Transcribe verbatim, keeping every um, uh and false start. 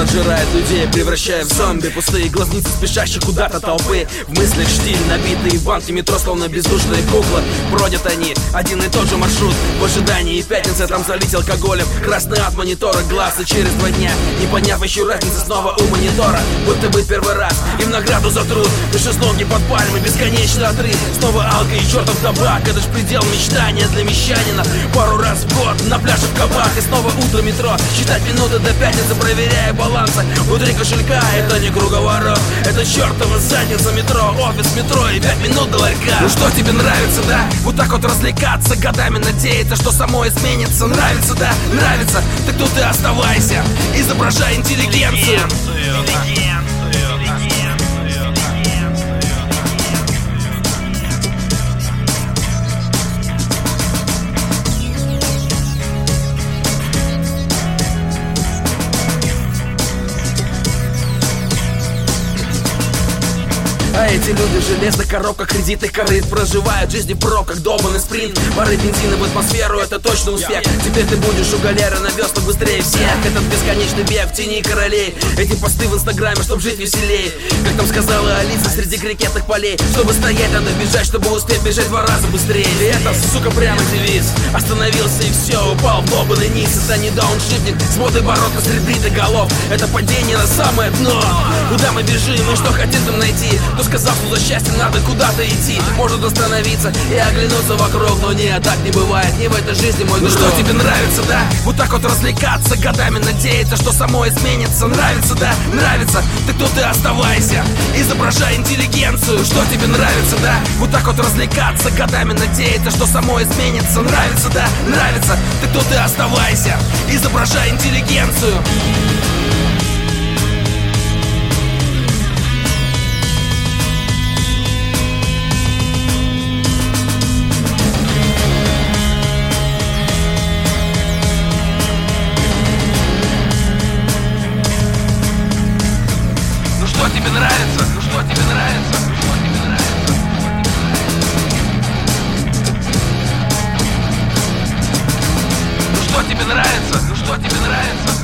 отжирает людей, превращая в зомби. Пустые глазницы спешащие куда-то толпы. В мыслях штиль, набитые банки метро, словно бездушные куклы. Бродят они, один и тот же маршрут в ожидании пятницы, там залить алкоголем. Красный от монитора глаз, и через два дня, не поняв еще разницы, снова у монитора. Будто бы первый раз, им награду за труд. Шезлонги под пальмой, бесконечный отрыв. Снова алко и чертов табак, это ж предел мечтания для мещанина. Пару раз в год на пляже в кабак, и снова утро метро. Считать минуты до пятницы, проверяя балансы внутри кошелька. Это не круговорот, это чертова задница метро. Офис метро и пять минут до ларька. Ну что тебе нравится, да? Вот так вот развлекаться, годами надеяться, что само изменится. Нравится, да? Нравится? Так тут и оставайся, изображай интеллигенцию. А эти люди в железных коробках, кредитных корыт, проживают жизни про, как долбанный спринт. Пары бензина в атмосферу, это точно успех. Теперь ты будешь у галеры на веслах быстрее всех. Этот бесконечный бег в тени королей, эти посты в инстаграме, чтоб жить веселей. Как там сказала Алиса, среди крикетных полей. Чтобы стоять, надо бежать, чтобы успеть бежать два раза быстрее. И это, сука, прямо девиз. Остановился и все, упал в долбанный низ. Это не дауншифтинг с модой бороться среди бритых голов. Это падение на самое дно. Куда мы бежим и что хотим там найти? Сказал, что за счастьем надо куда-то идти. Может остановиться и оглянуться вокруг, но нет, так не бывает, не в этой жизни, мой друг. Ну что тебе нравится, да? Вот так вот развлекаться, годами надеяться, что само изменится. Нравится, да? Нравится? Так тут и оставайся, изображай интеллигенцию. Что тебе нравится, да? Вот так вот развлекаться, годами надеяться, что само изменится. Нравится, да? Нравится? Так тут и оставайся, изображай интеллигенцию. Что тебе нравится? Ну что тебе нравится? Что тебе нравится? Ну что тебе нравится? Ну что тебе нравится?